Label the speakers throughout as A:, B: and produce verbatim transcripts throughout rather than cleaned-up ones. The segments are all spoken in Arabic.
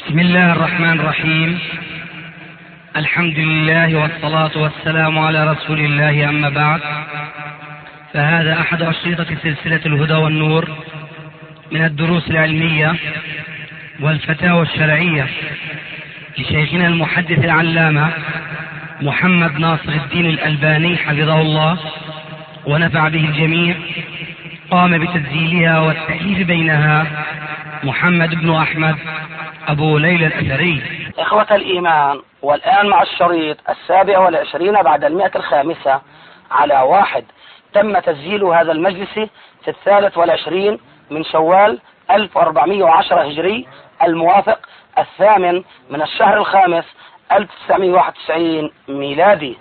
A: بسم الله الرحمن الرحيم. الحمد لله والصلاة والسلام على رسول الله، أما بعد، فهذا أحد أشرطة سلسلة الهدى والنور من الدروس العلمية والفتاوى الشرعية لشيخنا المحدث العلامة محمد ناصر الدين الألباني حفظه الله ونفع به الجميع. قام بتسجيلها والتأليف بينها محمد بن أحمد أبو ليلى الأثري.
B: إخوة الإيمان، والآن مع الشريط السابع والعشرين بعد المئة الخامسة على واحد. تم تسجيل هذا المجلس في الثالث والعشرين من شوال ألف وأربعمائة وعشرة هجري، الموافق الثامن من الشهر الخامس ألف وتسعمائة وواحد وتسعين ميلادي.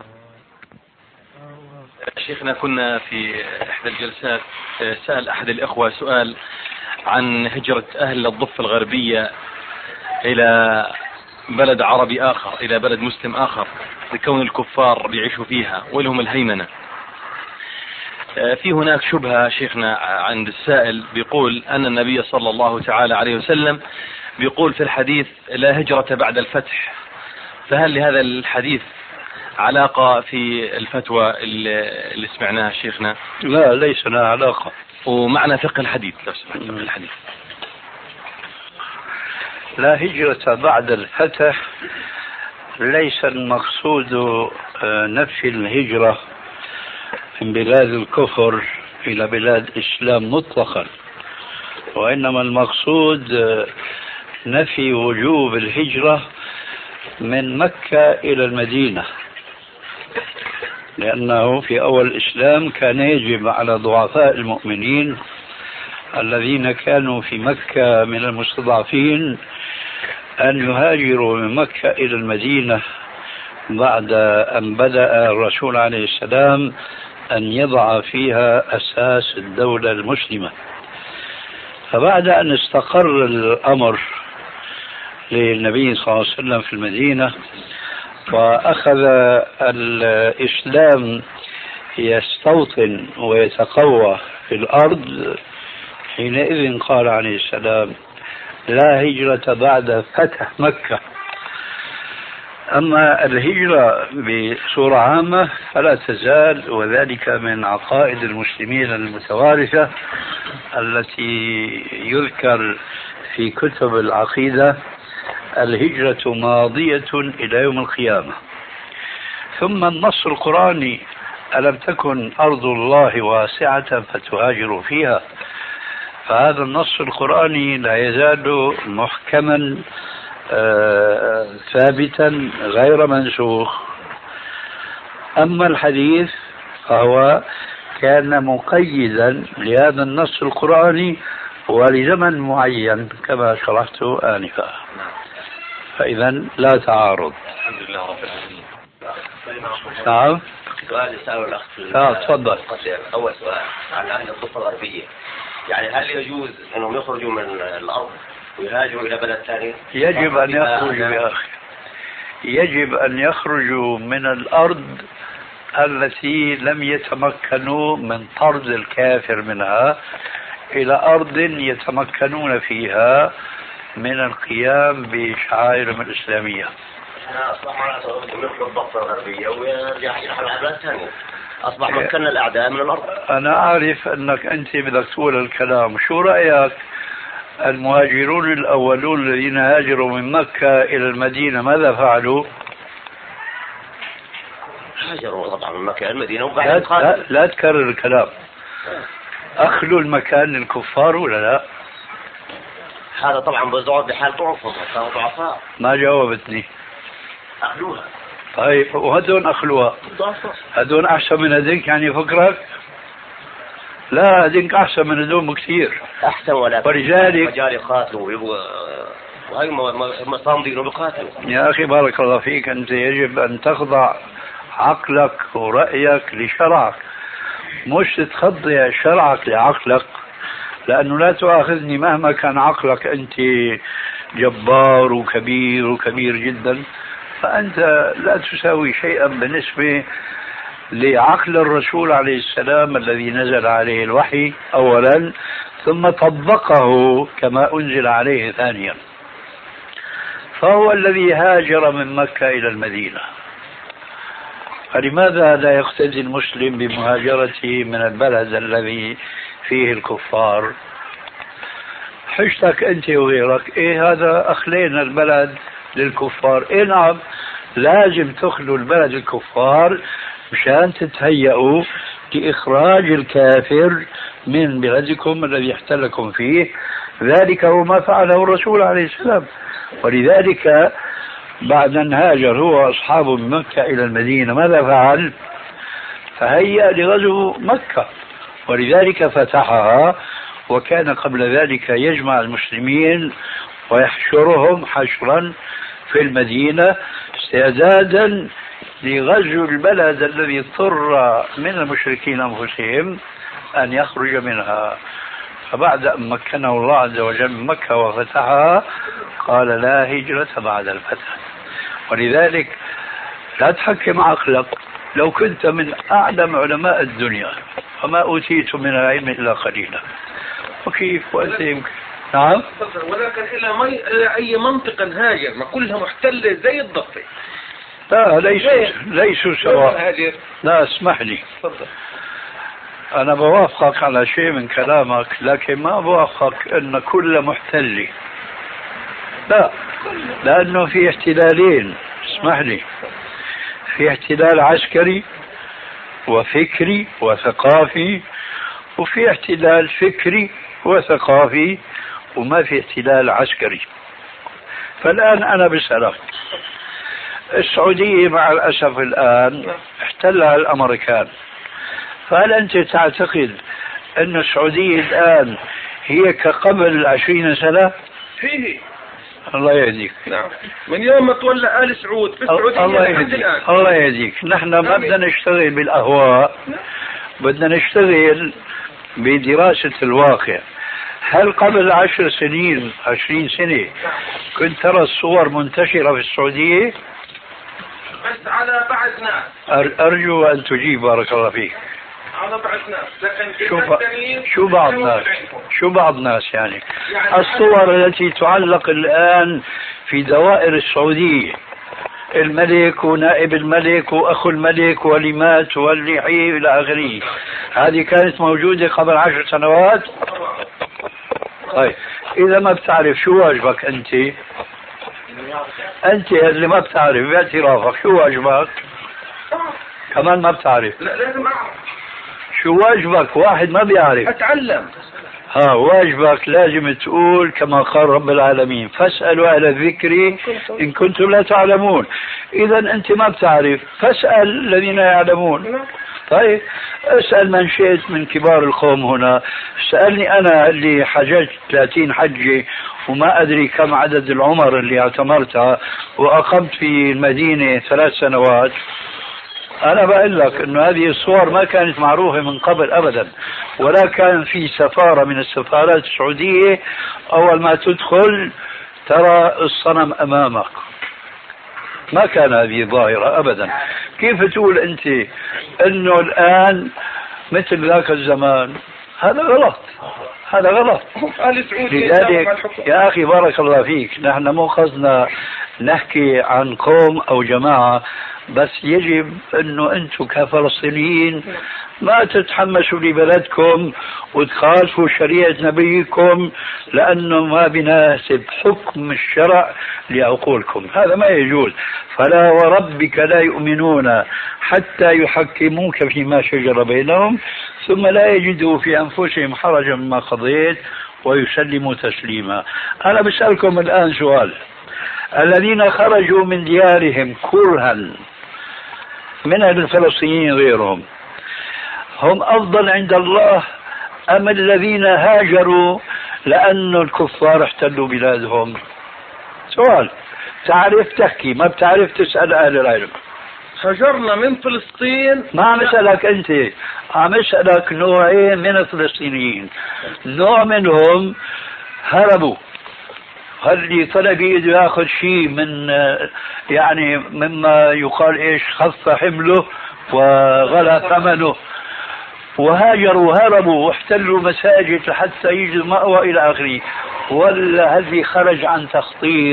C: شيخنا، كنا في إحدى الجلسات سأل أحد الإخوة سؤال عن هجرة أهل الضفة الغربية إلى بلد عربي آخر، إلى بلد مسلم آخر، لكون الكفار بيعيشوا فيها ولهم الهيمنة. في هناك شبهة شيخنا عند السائل، بيقول أن النبي صلى الله تعالى عليه وسلم بيقول في الحديث لا هجرة بعد الفتح، فهل لهذا الحديث علاقة في الفتوى اللي سمعناها شيخنا؟
D: لا، ليس لها علاقة.
C: ومعنى فقه الحديث لو سمحت، فقه الحديث.
D: لا هجرة بعد الفتح ليس المقصود نفي الهجرة من بلاد الكفر إلى بلاد الإسلام مطلقا، وإنما المقصود نفي وجوب الهجرة من مكة إلى المدينة، لأنه في أول الإسلام كان يجب على ضعفاء المؤمنين الذين كانوا في مكة من المستضعفين أن يهاجروا من مكة إلى المدينة بعد أن بدأ الرسول عليه السلام أن يضع فيها أساس الدولة المسلمة. فبعد أن استقر الأمر للنبي صلى الله عليه وسلم في المدينة وأخذ الإسلام يستوطن ويتقوى في الأرض، حينئذ قال عليه السلام لا هجرة بعد فتح مكة. أما الهجرة بصورة عامة فلا تزال، وذلك من عقائد المسلمين المتوارثة التي يذكر في كتب العقيدة الهجرة ماضية إلى يوم القيامة. ثم النص القرآني ألم تكن أرض الله واسعة فتهاجروا فيها، فهذا النص القرآني لا يزال محكما آه ثابتا غير منسوخ. أما الحديث فهو كان مقيدا لهذا النص القرآني ولزمن معين كما شرحت آنفا، فإذا لا تعارض.
C: الحمد لله رب العالمين.
D: نعم.
E: سؤال يسأله الأخ.
D: اه تفضل.
E: أول سؤال عن أهل الضفة الغربية، يعني هل يجوز أنهم يخرجوا من الأرض ويهاجروا إلى بلد ثاني؟
D: يجب أن يخرجوا يا أخي، يجب أن يخرجوا من الأرض التي لم يتمكنوا من طرد الكافر منها إلى أرض يتمكنون فيها من القيام بشعائرهم الإسلامية.
E: أصبح معناته مثل الضفة الغربية ويرجع إلى بلد ثاني، أصبح مكنا الأعداء من الأرض.
D: أنا أعرف أنك أنت بدك تقول الكلام. شو رأيك المهاجرون الأولون الذين هاجروا من مكة إلى المدينة ماذا فعلوا؟
E: هاجروا طبعا من مكة إلى المدينة
D: لا,
E: وبعد
D: لا, لا تكرر الكلام. أخلوا المكان للكفار ولا لا؟
E: هذا طبعا بضعف بحال ضعفهم، كانوا ضعفاء.
D: ما جاوبتني.
E: أخلوها.
D: طيب وهدون أخلوها، هدون أحسن من هذيك يعني فكرك؟ لا، هذيك أحسن من هدون بكثير.
E: أحسن، ولا
D: ولذلك
E: مجال يقاتلوا ويبغوا، وهي مصامدين وبقاتلوا.
D: يا أخي بارك الله فيك، أنت يجب أن تخضع عقلك ورأيك لشرعك، مش تخضع شرعك لعقلك، لأنه لا تؤاخذني مهما كان عقلك أنت جبار وكبير وكبير جدا، فأنت لا تساوي شيئا بالنسبة لعقل الرسول عليه السلام الذي نزل عليه الوحي أولا، ثم طبقه كما أنزل عليه ثانيا. فهو الذي هاجر من مكة إلى المدينة. فلماذا لا يقتدي المسلم بمهاجرته من البلد الذي فيه الكفار؟ حجتك أنت وغيرك إيه هذا أخلينا البلد للكفار. إيه نعم، لازم تخلوا البلد الكفار مشان تتهيئوا لإخراج الكافر من بلدكم الذي احتلكم فيه. ذلك هو ما فعله الرسول عليه السلام. ولذلك بعد أن هاجر هو وأصحابه من مكة إلى المدينة ماذا فعل؟ فهيأ لغزو مكة، ولذلك فتحها. وكان قبل ذلك يجمع المسلمين ويحشرهم حشرا في المدينة استعدادا لغزو البلد الذي اضطر من المشركين أنفسهم أن يخرج منها. فبعد أن مكنه الله عز وجل من مكة وفتحها قال لا هجرة بعد الفتح. ولذلك لا تحكم عقلك. لو كنت من أعلم علماء الدنيا وما أوتيت من العلم إلا قليلا، وكيف وأنت يمكن. نعم،
F: ولكن إلى, مي... إلى أي منطقة هاجر؟ ما كلها محتلة زي الضفة.
D: لا ليسوا ليسوا سواء. لا اسمح لي، أنا بوافقك على شيء من كلامك، لكن ما بوافقك أن كل محتل. لا، لأنه في احتلالين، اسمح لي، في احتلال عسكري وفكري وثقافي، وفي احتلال فكري وثقافي، وما في احتلال عسكري. فالآن أنا بسألك، السعودية مع الأسف الآن احتلها الأمريكان، فهل أنت تعتقد أن السعودية الآن هي كقبل عشرين سنة؟
F: فيه
D: الله يهديك.
F: نعم، من يوم ما تولى آل سعود في السعودية
D: الله يهديك. الله يهديك. نحن ما بدنا نشتغل بالأهواء، بدنا نشتغل بدراسة الواقع. هل قبل عشر سنين عشرين سنة كنت ترى الصور منتشرة في السعودية؟
F: بس على بعض ناس.
D: أرجو أن تجيب بارك الله فيك.
F: على بعض ناس، لكن
D: شو, ب... شو بعض ناس شو بعض ناس يعني, يعني الصور التي تعلق الآن في دوائر السعودية، الملك ونائب الملك وأخو الملك ولمات واللحية إلى آخره، هذه كانت موجودة قبل عشر سنوات. طيب إذا ما بتعرف شو واجبك أنت؟ أنت اللي ما بتعرف باعترافك شو واجبك؟ كمان ما بتعرف.
F: لا لازم أعرف
D: شو واجبك. واحد ما بيعرف
F: أتعلم.
D: ها واجبك لازم تقول كما قال رب العالمين فاسألوا أهل الذكر إن كنتم لا تعلمون. إذا أنت ما بتعرف فاسأل الذين يعلمون. طيب اسأل من شئت من كبار القوم هنا. سألني أنا اللي حججت ثلاثين حجة وما أدري كم عدد العمر اللي اعتمرتها وأقمت في المدينة ثلاث سنوات، أنا بقول لك إنه هذه الصور ما كانت معروفة من قبل أبدا، ولا كان في سفارة من السفارات السعودية أول ما تدخل ترى الصنم أمامك. ما كان هذه ظاهرة أبدا. كيف تقول أنت إنه الآن مثل ذاك الزمان؟ هذا غلط، هذا غلط. لذلك يا أخي بارك الله فيك، نحن مو قصدنا نحكي عن قوم أو جماعة، بس يجب أنه أنتم كفلسطينيين ما تتحمسوا لبلدكم وتخالفوا شريعة نبيكم لأنه ما بيناسب حكم الشرع لعقولكم. هذا ما يجوز. فلا وربك لا يؤمنون حتى يحكموك فيما شجر بينهم ثم لا يجدوا في أنفسهم حرجا مما قضيت ويسلموا تسليما. أنا بسألكم الآن سؤال: الذين خرجوا من ديارهم كرها من الفلسطينيين غيرهم هم أفضل عند الله أم الذين هاجروا لأن الكفار احتلوا بلادهم؟ سؤال. تعرف تحكي، ما بتعرف تسأل أهل العلم.
F: هاجرنا من فلسطين.
D: ما عم اسألك أنت، عم اسألك نوعين من الفلسطينيين. نوع منهم هربوا، اللي طلب يده ياخذ شيء من يعني مما يقال ايش خف حمله وغلى ثمنه، وهاجروا هربوا واحتلوا مساجد حتى يجدوا مأوى الى اخره. ولا هذي خرج عن تخطيط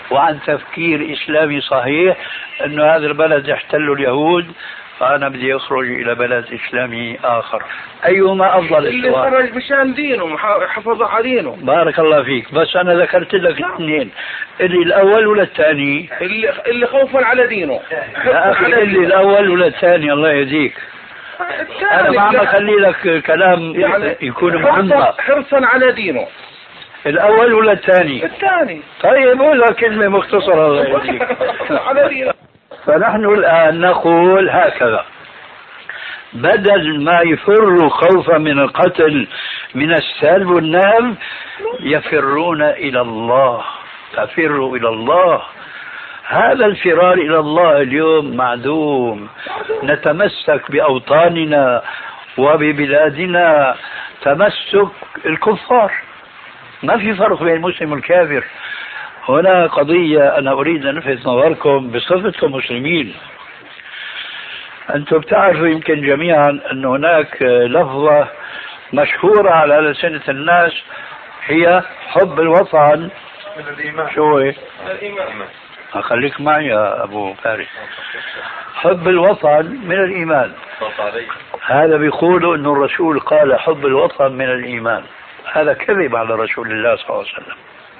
D: وعن تفكير إسلامي صحيح أنه هذا البلد احتله اليهود فأنا بدي أخرج إلى بلد إسلامي آخر، أيهما أفضل؟
F: اللي خرج مشان دينه حفظ على دينه.
D: بارك الله فيك، بس أنا ذكرت لك الاثنين، اللي الأول ولا الثاني؟
F: اللي اللي خوفا على دينه.
D: يا أخي اللي الأول ولا الثاني؟ الله يهديك. أنا ما عم أخلي لك كلام يعني يكون معمق.
F: حرصا على دينه.
D: الأول ولا الثاني؟
F: الثاني.
D: طيب قولها كلمة مختصرة الله يهديك.
F: على دينه.
D: فنحن الآن نقول هكذا: بدل ما يفروا خوفا من القتل من السلب والنهب يفرون إلى الله، تفروا إلى الله. هذا الفرار إلى الله اليوم معدوم. نتمسك بأوطاننا وببلادنا تمسك الكفار، ما في فرق بين المسلم والكافر. هنا قضية أنا أريد أن ألفت نظركم بصفتكم مسلمين. أنتم بتعرفوا يمكن جميعا أن هناك لفظة مشهورة على ألسنة الناس هي حب الوطن
F: من الإيمان.
D: شو هي؟
F: الإيمان.
D: خليك معي يا أبو فارس. حب الوطن من الإيمان. هذا بيقولوا أن الرسول قال حب الوطن من الإيمان. هذا كذب على رسول الله صلى الله عليه وسلم.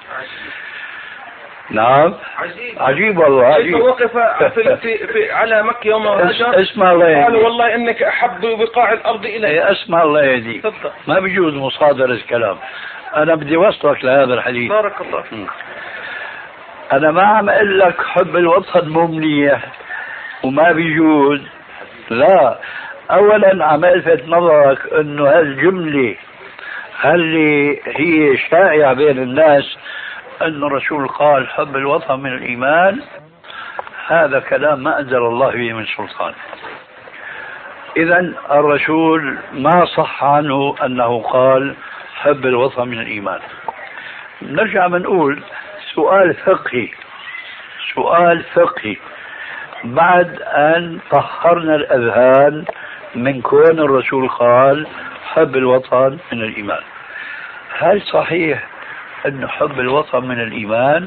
D: نعم
F: عجيب,
D: عجيب والله عجيب.
F: وقف في, في, في على مكة يوم هاجر
D: اسمع الله يهديك،
F: قال والله انك احب بقاع الارض الي.
D: اسمع الله يهديك، ما بيجوز مصادرة الكلام. انا بدي وصلك لهذا الحديث.
F: بارك الله فيك.
D: انا ما عم اقول لك حب الوطن مو منيح وما بيجوز، لا. اولا عم الفت نظرك انه هالجملة اللي هي شائعة بين الناس أن الرسول قال حب الوطن من الإيمان، هذا كلام ما أنزل الله به من سلطان. إذن الرسول ما صح عنه أنه قال حب الوطن من الإيمان. نرجع بنقول سؤال فقهي، سؤال فقهي بعد أن طهرنا الأذهان من كون الرسول قال حب الوطن من الإيمان. هل صحيح أن حب الوطن من الإيمان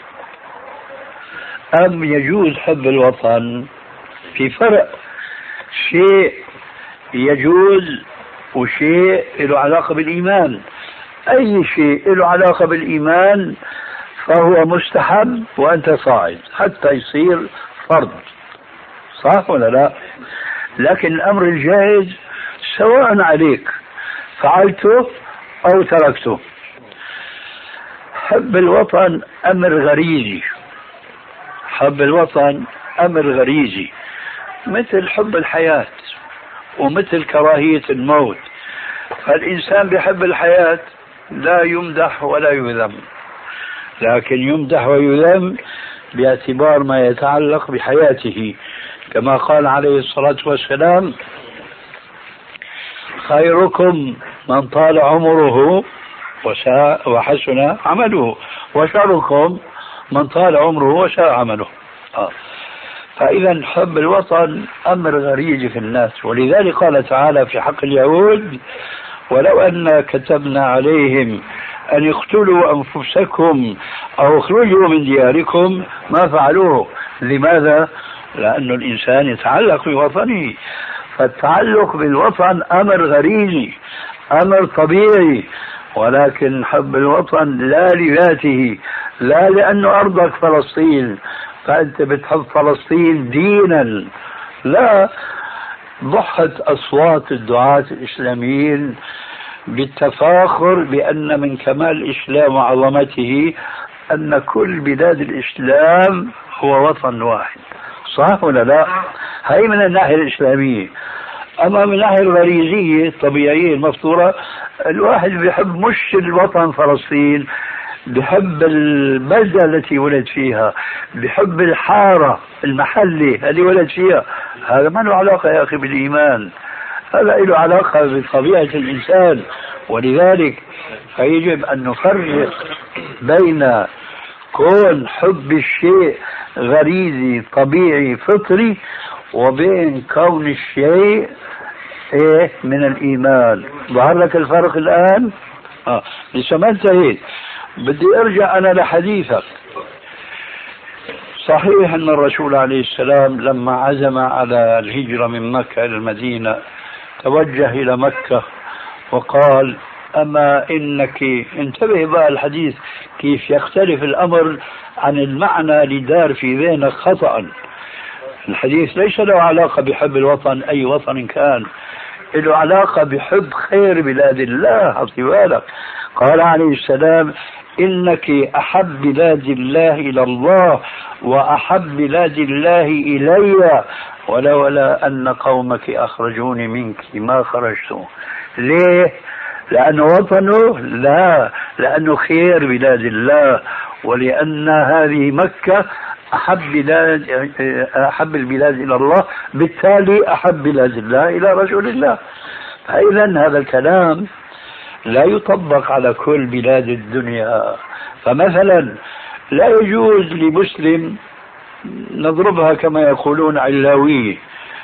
D: أم يجوز حب الوطن؟ في فرق، شيء يجوز وشيء له علاقة بالإيمان. أي شيء له علاقة بالإيمان فهو مستحب وأنت صاعد حتى يصير فرض، صح ولا لا؟ لكن الأمر الجائز سواء عليك فعلته أو تركته. حب الوطن أمر غريزي، حب الوطن أمر غريزي مثل حب الحياة ومثل كراهية الموت. فالإنسان بحب الحياة لا يمدح ولا يذم، لكن يمدح ويذم باعتبار ما يتعلق بحياته، كما قال عليه الصلاة والسلام خيركم من طال عمره وحسن عمله وشركم من طال عمره وساء عمله. آه. فإذا حب الوطن أمر غريزي في الناس، ولذلك قال تعالى في حق اليهود ولو أن كتبنا عليهم أن يقتلوا أنفسكم أو اخرجوا من دياركم ما فعلوه. لماذا؟ لأن الإنسان يتعلق بوطنه، فالتعلق بالوطن أمر غريزي أمر طبيعي، ولكن حب الوطن لا لذاته، لا لأنه أرضك فلسطين فأنت بتحب فلسطين دينا، لا. ضحت أصوات الدعاة الإسلاميين بالتفاخر بأن من كمال الإسلام وعظمته أن كل بلاد الإسلام هو وطن واحد، صح ولا لا؟ هاي من الناحية الإسلامية. أما من الناحية الغريزية الطبيعية المفطورة، الواحد بيحب مش الوطن فلسطين، بحب البلدة التي ولد فيها، بحب الحارة المحلة اللي ولد فيها. هذا ما له علاقة يا أخي بالإيمان، هذا له علاقة بطبيعة الإنسان. ولذلك فيجب أن نفرق بين كون حب الشيء غريزي طبيعي فطري وبين كون الشيء إيه من الإيمان. ظهر لك الفرق الآن؟ آه. لسه ما انتهيت، بدي أرجع أنا لحديثك. صحيح أن الرسول عليه السلام لما عزم على الهجرة من مكة إلى المدينة توجه إلى مكة وقال أما إنك، انتبه بقى الحديث كيف يختلف الأمر عن المعنى لدار في ذهنك خطأ. الحديث ليس له علاقة بحب الوطن أي وطن كان، له علاقة بحب خير بلاد الله. حطي بالك، قال عليه السلام إنك أحب بلاد الله إلى الله وأحب بلاد الله إلي ولولا أن قومك أخرجوني منك ما خرجت. ليه؟ لأنه وطنه؟ لا، لأنه خير بلاد الله، ولأن هذه مكة أحب بلاد أحب البلاد إلى الله، بالتالي أحب بلاد الله إلى رسول الله. فإذا هذا الكلام لا يطبق على كل بلاد الدنيا. فمثلا لا يجوز لمسلم نضربها كما يقولون علاوية،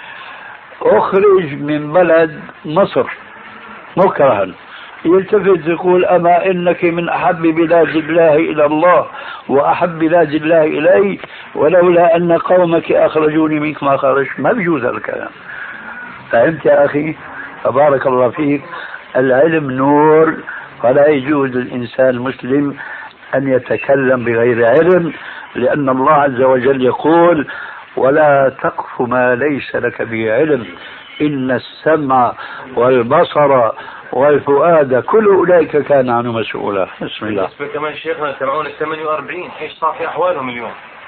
D: أخرج من بلد مصر مكرها، يلتفت يقول أما إنك من أحب بلاد الله إلى الله وأحب بلاد الله إلي ولولا أن قومك أخرجوني منك ما خرج. ما بيجوز هذا الكلام. فهمت يا أخي؟ تبارك الله فيك. العلم نور، فلا يجوز للإنسان المسلم أن يتكلم بغير علم، لأن الله عز وجل يقول ولا تقف ما ليس لك به علم إن السمع والبصر والفؤاد كل أولئك كان عنه مسؤولا. بسم الله.
C: بالنسبة كمان شيخنا تبعون الثمانية وأربعين ايش صار في أحوالهم اليوم؟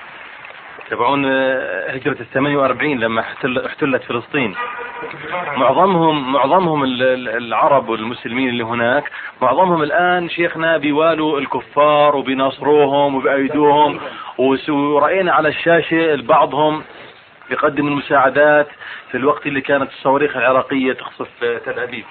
C: تبعون هجرة الثمانية وأربعين لما احتلت فلسطين، معظمهم معظمهم العرب والمسلمين اللي هناك معظمهم الآن شيخنا بيوالوا الكفار وبيناصروهم وبأيدوهم، ورأينا على الشاشة بعضهم يقدم المساعدات في الوقت اللي كانت الصواريخ العراقية تخصف تل أبيب،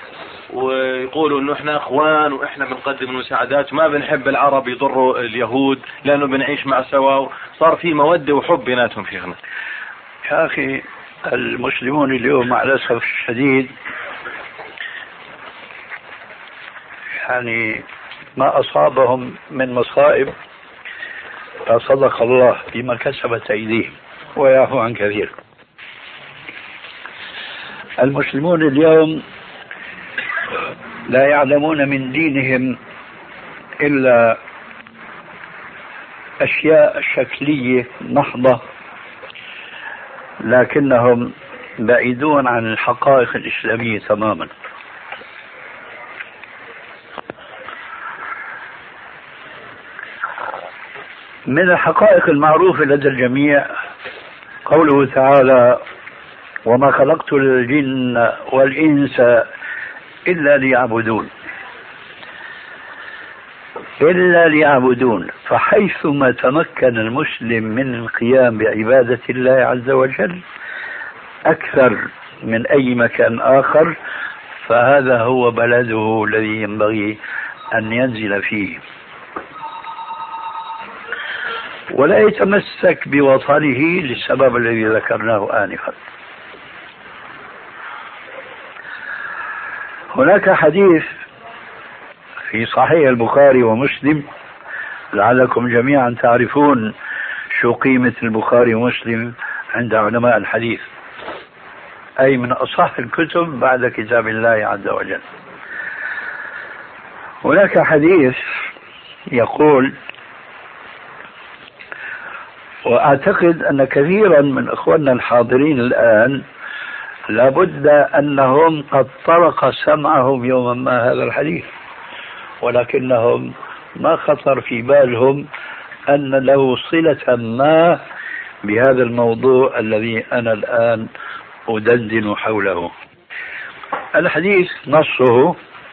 C: ويقولوا انه احنا اخوان واحنا بنقدم المساعدات وما بنحب العرب يضروا اليهود لانه بنعيش مع سوا. صار في مودة وحب بيناتهم شيخنا.
D: يا اخي المسلمون اليوم مع الاسف الشديد يعني ما اصابهم من مصائب صدق الله بما كسبت ايديهم ويعفو عن كثير. المسلمون اليوم لا يعلمون من دينهم إلا أشياء شكلية محضة، لكنهم بعيدون عن الحقائق الإسلامية تماما. من الحقائق المعروفة لدى الجميع قوله تعالى وما خلقت الجن والإنس إلا ليعبدون، إلا ليعبدون. فحيثما تمكن المسلم من القيام بعبادة الله عز وجل أكثر من أي مكان آخر فهذا هو بلده الذي ينبغي أن ينزل فيه، ولا يتمسك بوطنه للسبب الذي ذكرناه آنفا. هناك حديث في صحيح البخاري ومسلم، لعلكم جميعا تعرفون شو قيمة البخاري ومسلم عند علماء الحديث، أي من أصح الكتب بعد كتاب الله عز وجل. هناك حديث يقول، وأعتقد أن كثيرا من أخواننا الحاضرين الآن لابد أنهم قد طرق سمعهم يوما ما هذا الحديث، ولكنهم ما خطر في بالهم أن له صلة ما بهذا الموضوع الذي أنا الآن أدندن حوله. الحديث نصه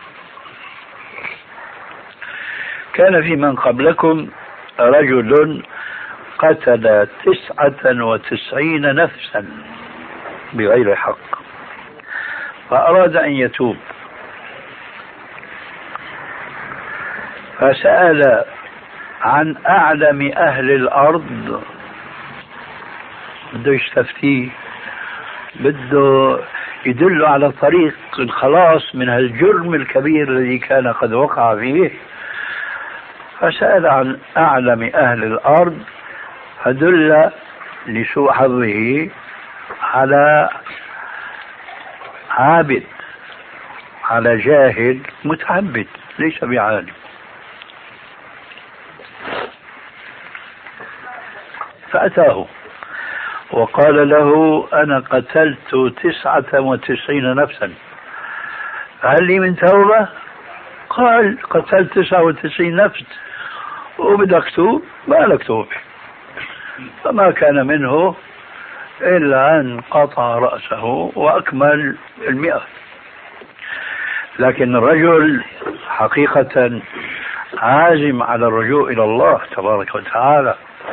D: كان في من قبلكم رجل قتل تسعة وتسعين نفسا بغير حق فأراد أن يتوب، فسأل عن أعلم أهل الأرض، بده يستفتيه، بده يدل على طريق الخلاص من هالجرم الكبير الذي كان قد وقع فيه. فسأل عن أعلم أهل الأرض فدل لسوء حظه على عابد، على جاهل متعبد ليس بعالم. فأتاه وقال له أنا قتلت تسعة وتسعين نفسا هل لي من توبة؟ قال قتلت تسعة وتسعين نفس وبدك توب؟ ما لك توبة. فما كان منه إلا أن قطع رأسه وأكمل المئة. لكن الرجل حقيقة عازم على الرجوع إلى الله تبارك وتعالى،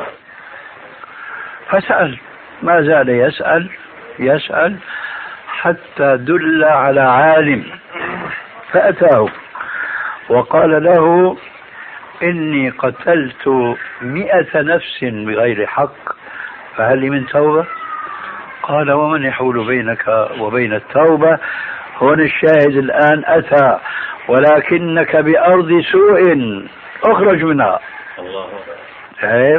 D: فسأل، ما زال يسأل يسأل حتى دل على عالم فأتاه وقال له إني قتلت مئة نفس بغير حق فهل لي من توبة؟ قال ومن يحول بينك وبين التوبة؟ هنا الشاهد الآن أتى ولكنك بأرض سوء اخرج منها. الله.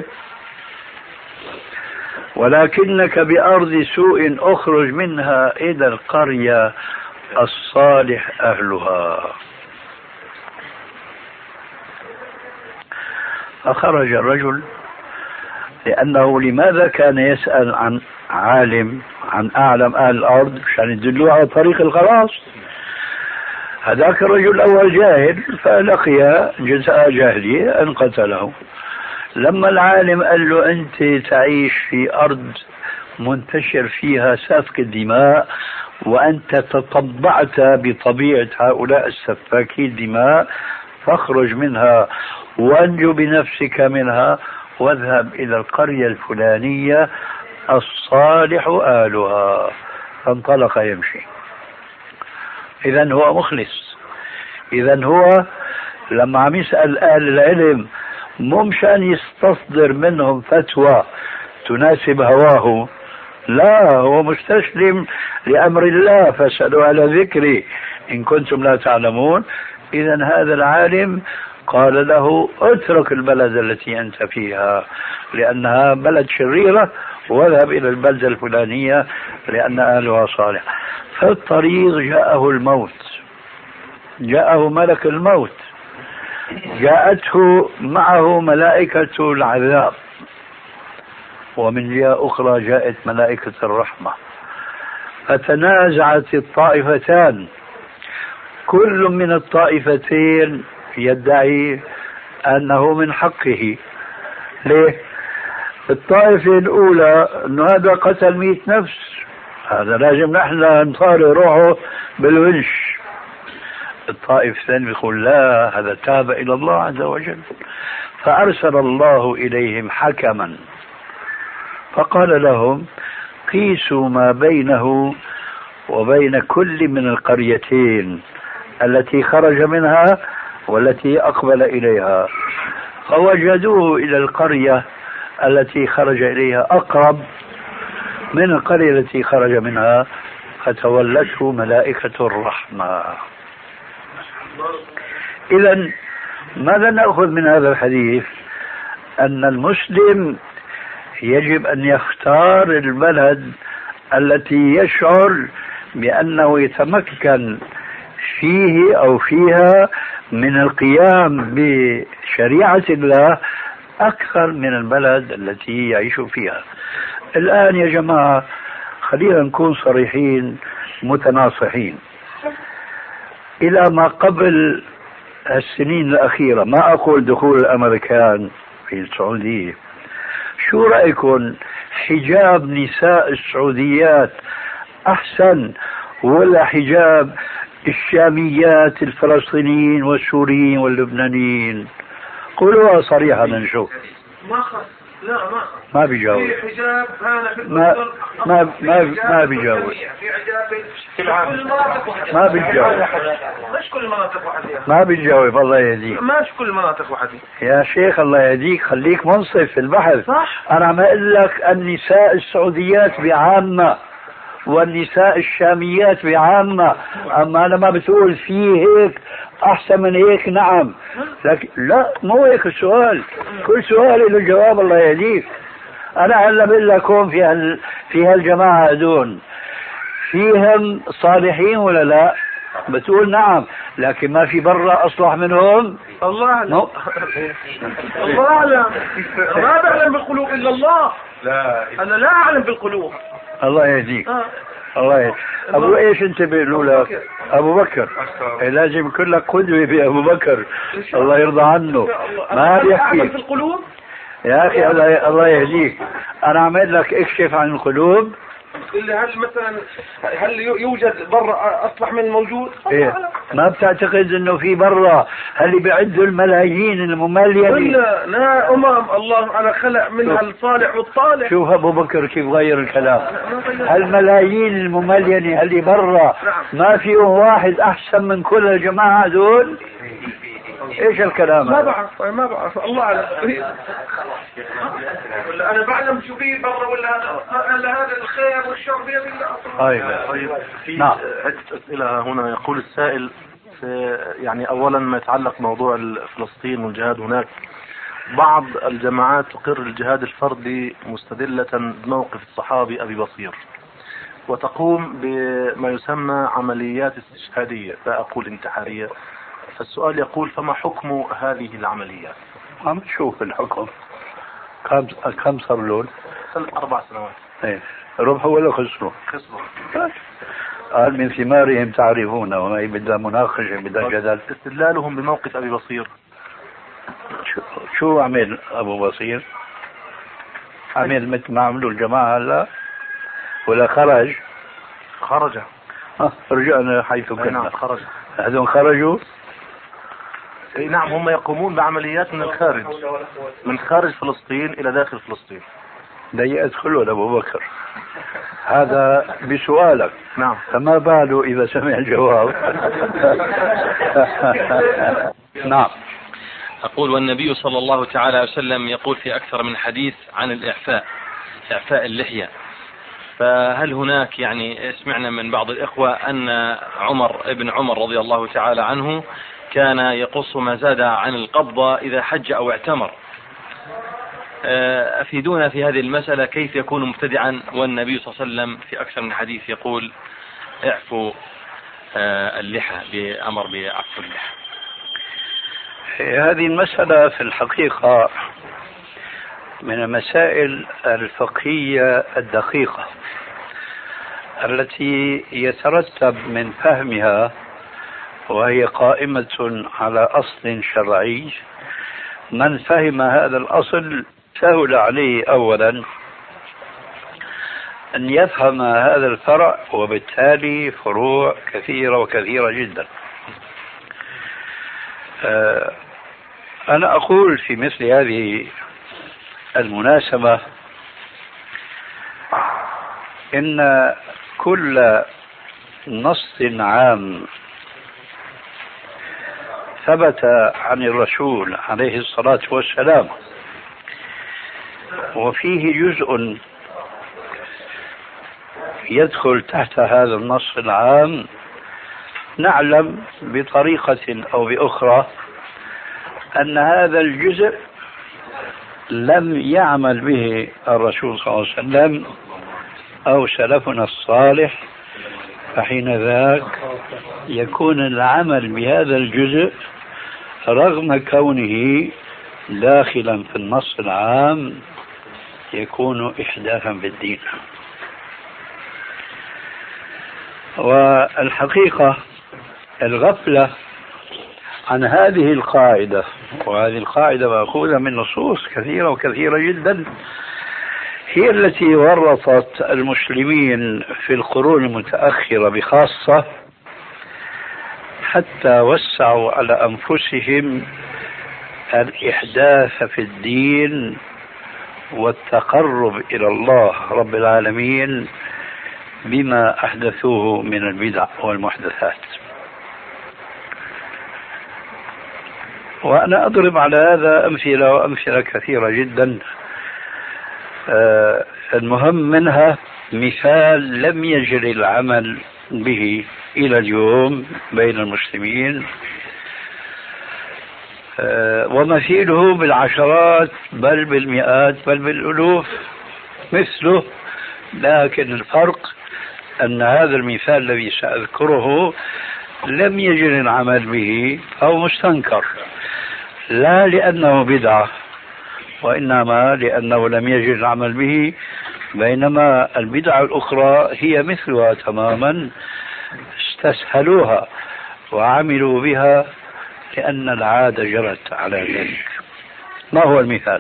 D: ولكنك بأرض سوء اخرج منها إلى القرية الصالح أهلها. فخرج الرجل، لأنه لماذا كان يسأل عن عالم، عن أعلم أهل الأرض عشان يدلوه على طريق الخلاص. هذاك الرجل الأول جاهل فلقي جزاء جهله أن قتله. لما العالم قال له أنت تعيش في أرض منتشر فيها سفك الدماء وأنت تطبعت بطبيعة هؤلاء السفاكي الدماء فاخرج منها وانجو بنفسك منها واذهب إلى القرية الفلانية الصالح آلها. فانطلق يمشي. إذن هو مخلص. إذن هو لما عم يسأل أهل العلم مو مشان يستصدر منهم فتوى تناسب هواه، لا، هو مستسلم لأمر الله فاسألوا على ذكري إن كنتم لا تعلمون. إذن هذا العالم قال له اترك البلد التي أنت فيها لأنها بلد شريرة واذهب إلى البلدة الفلانية لأن أهلها صالح. في الطريق جاءه الموت، جاءه ملك الموت، جاءته معه ملائكة العذاب، ومن جهة أخرى جاءت ملائكة الرحمة. فتنازعت الطائفتان، كل من الطائفتين يدعي أنه من حقه. ليه؟ الطائفة الأولى أنه هذا قتل مئة نفس، هذا لازم نحن نطاري روحه بالونش. الطائفة الثانية يقول لا، هذا تاب إلى الله عز وجل. فأرسل الله إليهم حكما فقال لهم قيسوا ما بينه وبين كل من القريتين التي خرج منها والتي أقبل إليها، فوجدوه إلى القرية التي خرج إليها أقرب من القرية التي خرج منها، فتولته ملائكة الرحمة. إذن ماذا نأخذ من هذا الحديث؟ أن المسلم يجب أن يختار البلد التي يشعر بأنه يتمكن فيه أو فيها من القيام بشريعة الله أكثر من البلد التي يعيش فيها. الآن يا جماعة خلينا نكون صريحين متناصحين. إلى ما قبل السنين الأخيرة، ما أقول دخول الأمريكان في السعودية، شو رأيكم حجاب نساء السعوديات أحسن ولا حجاب الشاميات الفلسطينيين والسوريين واللبنانيين؟ قولوها صريحة نشوف.
F: ما خص. لا ما
D: ما بيجاوب.
F: في حجاب هذا في
D: ما ما ما ما بيجاوب.
F: في حجاب في كل المناطق واحدة.
D: ما بيجاوب.
F: مش كل المناطق واحدة.
D: ما بيجاوب. الله يهديك.
F: مش كل المناطق واحدة.
D: يا شيخ الله يهديك، خليك منصف في البحث.
F: صح.
D: أنا عم أقول لك النساء السعوديات بعامة والنساء الشاميات بعامة، أما أنا ما بتقول في هيك أحسن من هيك. نعم، لكن لا، مو هيك السؤال. كل سؤال له جواب. الله يهديك. أنا هلا بقول لك هون في هال في هالجماعة هذول فيهم صالحين ولا لا؟ بتقول نعم، لكن ما في برا أصلح منهم.
F: الله أعلم. الله أعلم. ما بعلم بالقلوب إلا الله. لا أنا لا أعلم بالقلوب.
D: الله يهديك.
F: آه.
D: الله يهديك. أبو إيش أنت بيقولوا لك؟ أبو بكر. إيه لازم يكون لك قدوة بأبو بكر. الله يرضى عنه. ما بيحكي.
F: بالقلوب.
D: يا أخي الله الله يهديك. أنا عمل لك اكشف عن القلوب.
F: اللي هل مثلا هل يوجد برا اصلح من الموجود؟
D: إيه؟ ما بتعتقد انه في برا اللي بيعدوا الملايين المملينه؟
F: لا لا امم الله على خلق منها الصالح والطالح.
D: شوف ابو بكر كيف غير الكلام. هالملايين المملينه اللي برا ما فيهم واحد احسن من كل الجماعه هذول؟ ايش الكلام؟
F: ما بعرف ما بعرف الله اعلم. ولا انا بعلم شو في برا ولا هذا هذا الخير والشر بيد الله.
D: ايوه
G: طيب في
D: نعم.
G: عدة اسئله هنا. يقول السائل في يعني اولا ما يتعلق موضوع فلسطين والجهاد هناك، بعض الجماعات تقر الجهاد الفردي مستدلة بموقف الصحابي ابي بصير، وتقوم بما يسمى عمليات استشهادية لا اقول انتحارية. فالسؤال يقول فما حكم هذه العمليات؟
D: عم تشوف الحكم كم كم صار لون؟
G: أربع سنوات.
D: ايه ربحوا ولا خسروا؟
G: خسروا.
D: قال من ثمارهم تعرفون، وما هي بدها مناقشة بدها جدل.
G: استدلالهم بموقف أبي بصير.
D: شو, شو عمل أبو بصير؟ عمل مثل ما عملوا الجماعة هلا ولا خرج؟
G: خرج.
D: اه رجعنا حيث كنا.
G: نعم خرج.
D: هذول خرجوا؟
G: اي نعم هم يقومون بعمليات من الخارج، من خارج فلسطين الى داخل فلسطين.
D: لا يدخلوا لابو بكر. هذا بسؤالك.
G: نعم.
D: فما باله اذا سمع الجواب. نعم.
C: أقول والنبي صلى الله تعالى وسلم يقول في أكثر من حديث عن الإعفاء، إعفاء اللحية. فهل هناك يعني سمعنا من بعض الإخوة أن عمر ابن عمر رضي الله تعالى عنه كان يقص ما زاد عن القبضة إذا حج أو اعتمر. أفيدونا في هذه المسألة، كيف يكون مبتدعا والنبي صلى الله عليه وسلم في أكثر من حديث يقول اعفوا اللحى، بأمر بعفو اللحى.
D: هذه المسألة في الحقيقة من المسائل الفقهية الدقيقة التي يترتب من فهمها، وهي قائمة على أصل شرعي. من فهم هذا الأصل سهل عليه أولا أن يفهم هذا الفرع، وبالتالي فروع كثيرة وكثيرة جدا. أنا أقول في مثل هذه المناسبة إن كل نص عام ثبت عن الرسول عليه الصلاة والسلام وفيه جزء يدخل تحت هذا النص العام، نعلم بطريقة أو بأخرى أن هذا الجزء لم يعمل به الرسول صلى الله عليه وسلم أو سلفنا الصالح، فحين ذاك يكون العمل بهذا الجزء رغم كونه داخلا في النص العام يكون إحداثا بالدين. والحقيقة الغفلة عن هذه القاعدة، وهذه القاعدة مأخوذة من نصوص كثيرة وكثيرة جدا، هي التي ورطت المسلمين في القرون المتأخرة بخاصة، حتى وسعوا على أنفسهم الإحداث في الدين والتقرب إلى الله رب العالمين بما أحدثوه من البدع والمحدثات. وأنا أضرب على هذا أمثلة وأمثلة كثيرة جدا. آه المهم منها مثال لم يجري العمل به إلى اليوم بين المسلمين، آه ومثيله بالعشرات بل بالمئات بل بالألوف مثله، لكن الفرق أن هذا المثال الذي سأذكره لم يجد العمل به أو مستنكر، لا لأنه بدعة وإنما لأنه لم يجد العمل به، بينما البدع الأخرى هي مثلها تماما، استسهلوها وعملوا بها لأن العادة جرت على ذلك. ما هو المثال؟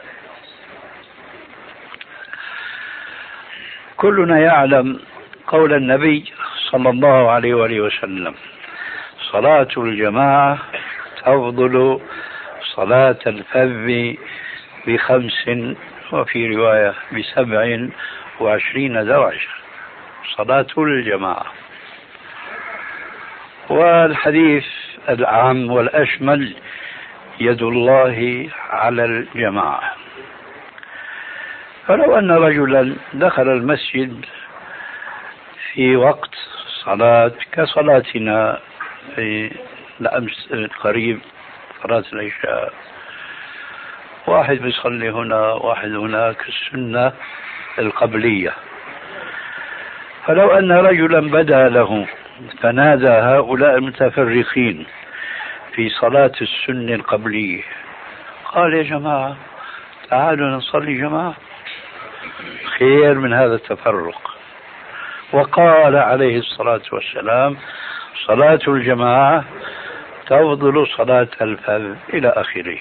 D: كلنا يعلم قول النبي صلى الله عليه وآله وسلم: صلاة الجماعة تفضل صلاة الفذ بخمس، وفي رواية بسبع وعشرين درجة، صلاة الجماعة. والحديث العام والأشمل: يد الله على الجماعة. فلو أن رجلا دخل المسجد في وقت صلاة كصلاتنا في الأمس القريب، صلاة العشاء، واحد بيصلي هنا واحد هناك، السنة القبلية، فلو أن رجلا بدا له فنادى هؤلاء المتفرقين في صلاة السنة القبلية، قال: يا جماعة تعالوا نصلي جماعة، خير من هذا التفرق. وقال عليه الصلاة والسلام: صلاة الجماعة تفضل صلاة الفذ، إلى آخره.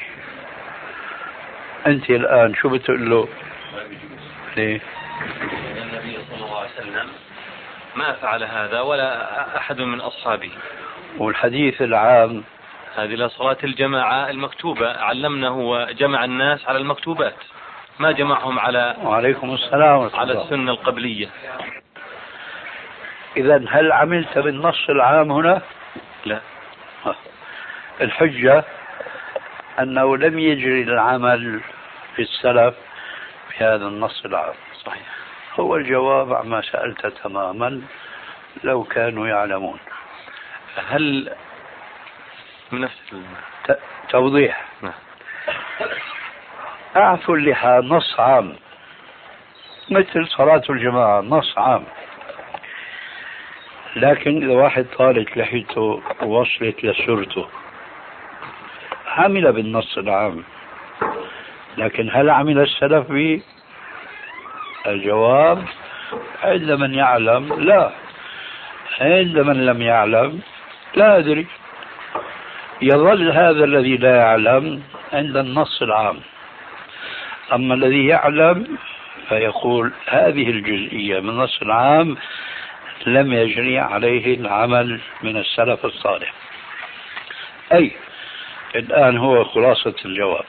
D: أنت الآن شو بتقول له؟ ليه؟
C: النبي صلى الله عليه وسلم ما فعل هذا ولا أحد من أصحابه.
D: والحديث العام:
C: هذه لصلاة الجماعة المكتوبة، علمنا هو جمع الناس على المكتوبات، ما جمعهم على
D: وعليكم السلام
C: على السنة القبلية.
D: إذن هل عملت بالنص العام هنا؟
C: لا.
D: الحجة أنه لم يجري العمل في السلف بهذا النص العام.
C: صحيح.
D: هو الجواب عما سألت تماما، لو كانوا يعلمون.
C: هل من نفس
D: ت... توضيح.
C: نعم.
D: أعفوا اللحى نص عام، مثل صلاة الجماعة نص عام، لكن إذا واحد طالت لحيته ووصلت لسرته عمل بالنص العام، لكن هل عمل السلف به؟ الجواب: عند من يعلم لا، عند من لم يعلم لا أدري. يظل هذا الذي لا يعلم عند النص العام، أما الذي يعلم فيقول هذه الجزئية من النص العام لم يجري عليه العمل من السلف الصالح. أي الآن هو خلاصة الجواب: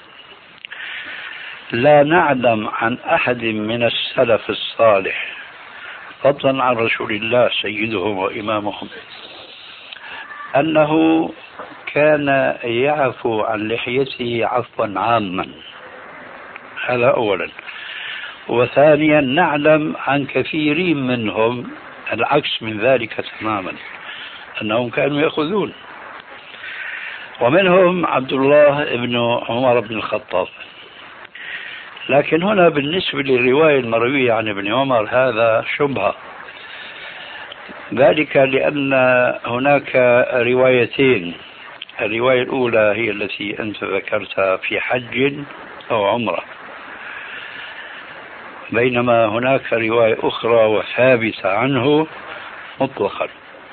D: لا نعلم عن أحد من السلف الصالح فضلا عن رسول الله سيدهم وإمامهم أنه كان يعفو عن لحيته عفوا عاما. هذا أولا. وثانيا نعلم عن كثيرين منهم العكس من ذلك تماما، أنهم كانوا يأخذون، ومنهم عبد الله بن عمر بن الخطاب. لكن هنا بالنسبة للرواية المروية عن ابن عمر هذا شبهة، ذلك لأن هناك روايتين. الرواية الأولى هي التي أنت ذكرتها في حج أو عمرة، بينما هناك رواية أخرى وثابتة عنه مطلقا،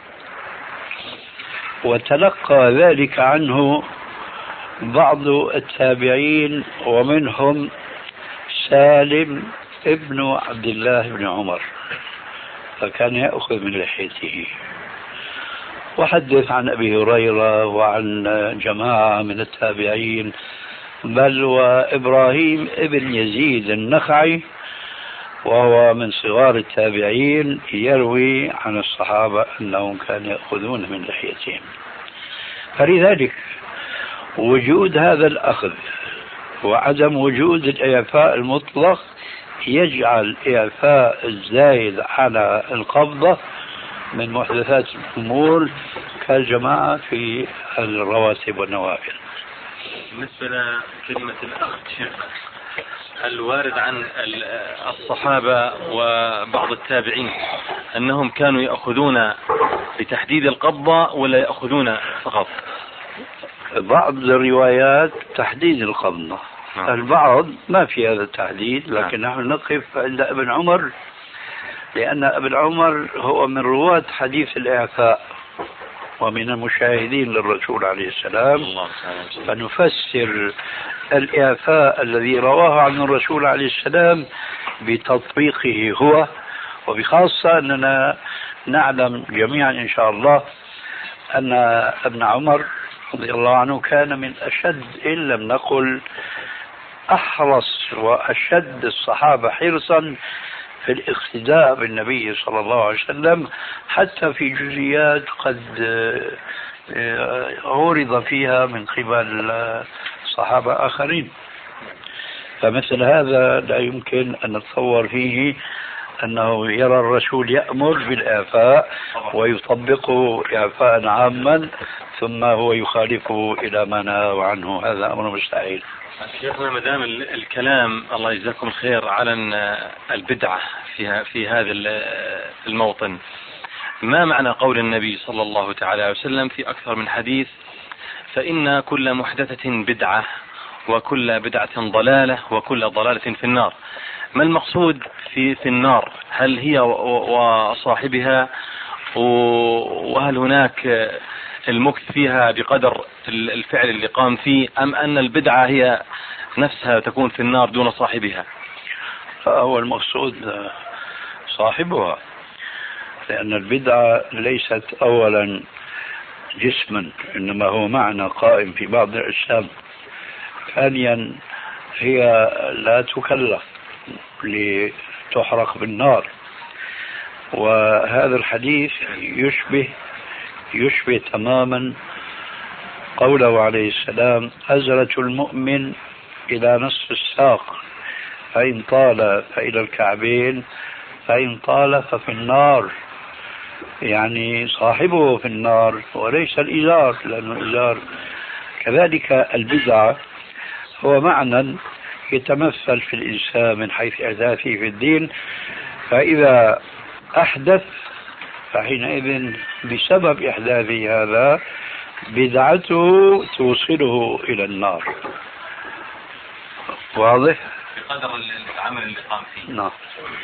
D: وتلقى ذلك عنه بعض التابعين، ومنهم سالم ابن عبد الله بن عمر، فكان يأخذ من لحيته. وحدث عن أبي هريرة وعن جماعة من التابعين، بل وإبراهيم ابن يزيد النخعي وهو من صغار التابعين يروي عن الصحابة أنهم كانوا يأخذون من لحيتهم. فلذلك وجود هذا الأخذ وعدم وجود الإعفاء المطلق يجعل إعفاء الزايد على القبضة من محدثات الأمور كالجماعة في الرواتب والنوافل.
C: بالنسبة لكلمة الأخذ شيخ، الوارد عن الصحابة وبعض التابعين أنهم كانوا يأخذون بتحديد القبضة ولا يأخذون فقط؟
D: بعض الروايات تحديد القبضة،
C: نعم.
D: البعض ما في هذا التحديد، لكن نحن نقف عند ابن عمر، لأن ابن عمر هو من رواة حديث الإعفاء ومن المشاهدين للرسول عليه السلام، فنفسر الإعفاء الذي رواه عن الرسول عليه السلام بتطبيقه هو، وبخاصة أننا نعلم جميعا إن شاء الله أن ابن عمر رضي الله عنه كان من أشد إن لم نقل أحرص وأشد الصحابة حرصا في الاقتداء بالنبي صلى الله عليه وسلم، حتى في جزئيات قد عورض فيها من قبل صحابة آخرين. فمثل هذا لا يمكن أن نتصور فيه أنه يرى الرسول يأمر بالإعفاء ويطبقه إعفاء عاما ثم هو يخالفه إلى ما نهى عنه، هذا أمر مستحيل.
C: شيخنا مدام الكلام الله يجزاكم الخير على البدعة في في هذا الموطن، ما معنى قول النبي صلى الله تعالى عليه وسلم في أكثر من حديث: فإن كل محدثة بدعة وكل بدعة ضلالة وكل ضلالة في النار؟ ما المقصود في في النار؟ هل هي وصاحبها، وهل هناك المكث فيها بقدر الفعل اللي قام فيه، أم أن البدعة هي نفسها تكون في النار دون صاحبها؟
D: هو المقصود صاحبها، لأن البدعة ليست أولا جسما، إنما هو معنى قائم في بعض الأجسام. ثانيا هي لا تكلف لتحرق بالنار. وهذا الحديث يشبه يشبه تماما قوله عليه السلام: أزرة المؤمن إلى نصف الساق، فإن طال فإلى الكعبين، فإن طال ففي النار. يعني صاحبه في النار وليس الإزار، لأن الإزار كذلك. البدعة هو معنى يتمثل في الإنسان من حيث إحداثه في الدين، فإذا أحدث فحينئذ بسبب إحداثه هذا بدعته توصله إلى النار. واضح؟
C: بقدر العمل اللي قام فيه.
D: نعم.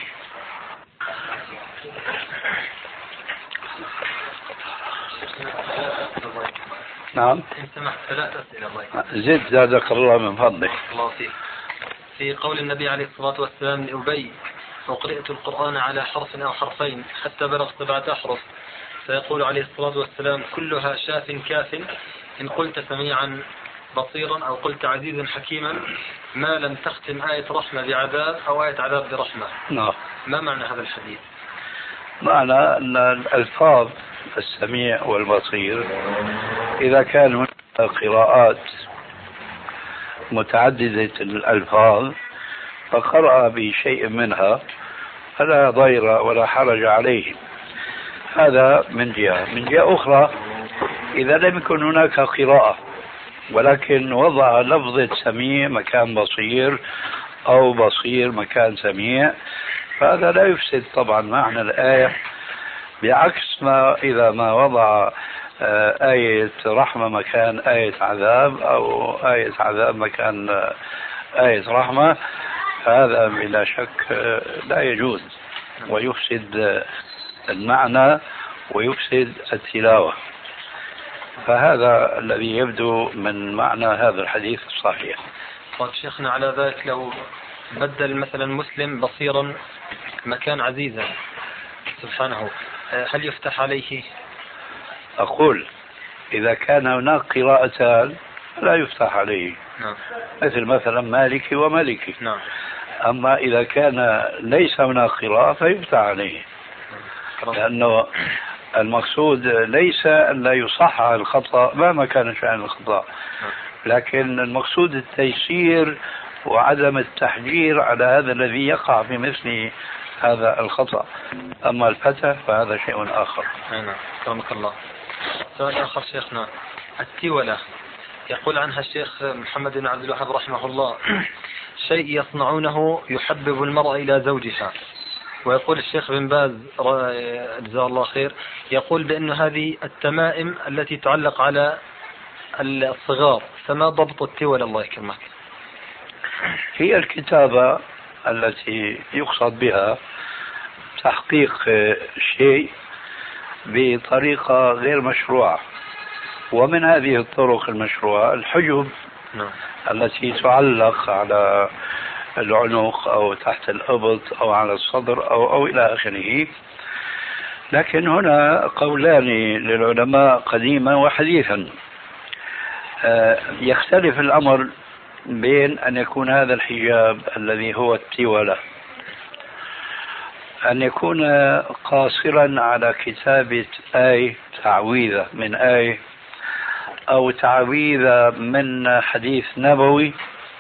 D: نعم.
H: ثلاث أسئلة الله.
D: زد زادك الله من فضلك.
H: الله فيك. في قول النبي عليه الصلاة والسلام لأبي: وقرأت القرآن على حرف أو حرفين حتى بلغ سبعة أحرف، فيقول عليه الصلاة والسلام: كلها شاف كاف، إن قلت سميعا بصيرا أو قلت عزيزا حكيما، ما لم تختم آية رحمة بعذاب أو آية عذاب برحمة.
D: نعم.
H: ما معنى هذا الحديث؟
D: معنى أن الألفاظ السميع والبصير إذا كانوا قراءات متعددة الألفاظ فقرأ بشيء منها فلا ضير ولا حرج عليه. هذا من جهة. من جهة أخرى، إذا لم يكن هناك قراءة ولكن وضع لفظة سميع مكان بصير أو بصير مكان سميع، فهذا لا يفسد طبعا معنى الآية، بعكس ما إذا ما وضع آية رحمة مكان آية عذاب أو آية عذاب مكان آية رحمة، فهذا بلا شك لا يجوز ويفسد المعنى ويفسد التلاوة. فهذا الذي يبدو من معنى هذا الحديث الصحيح.
H: طيب شيخنا، على ذلك لو بدل مثلا مسلم بصيرا مكان عزيزا سبحانه، هل يفتح عليه؟
D: أقول إذا كان هناك قراءتان لا يفتح عليه.
H: نعم.
D: مثل مثلا مالكي وملكي.
H: نعم.
D: أما إذا كان ليس هناك قراءة فيفتح عليه. نعم. لأنه المقصود ليس أن لا يصحح الخطأ مهما كان شأن الخطأ، لكن المقصود التيسير وعدم التحجير على هذا الذي يقع في مثل هذا الخطأ. أما الفتح فهذا شيء آخر.
H: نعم. كرمك الله. سؤال آخر شيخنا، التولة يقول عنها الشيخ محمد بن عبد الوهاب رحمه الله: شيء يصنعونه يحبب المرأة إلى زوجها. ويقول الشيخ بن باز جزاه الله خير يقول بأن هذه التمائم التي تعلق على الصغار، فما ضبط التول الله يكرمك؟
D: هي الكتابة التي يقصد بها تحقيق شيء بطريقة غير مشروعة، ومن هذه الطرق المشروعة الحجب
H: نعم.
D: التي تعلق على العنق أو تحت الإبط أو على الصدر أو, أو إلى آخره. لكن هنا قولان للعلماء قديما وحديثا. يختلف الأمر بين أن يكون هذا الحجاب الذي هو التولة أن يكون قاصرا على كتابة آية تعويذة من آية أو تعويذة من حديث نبوي،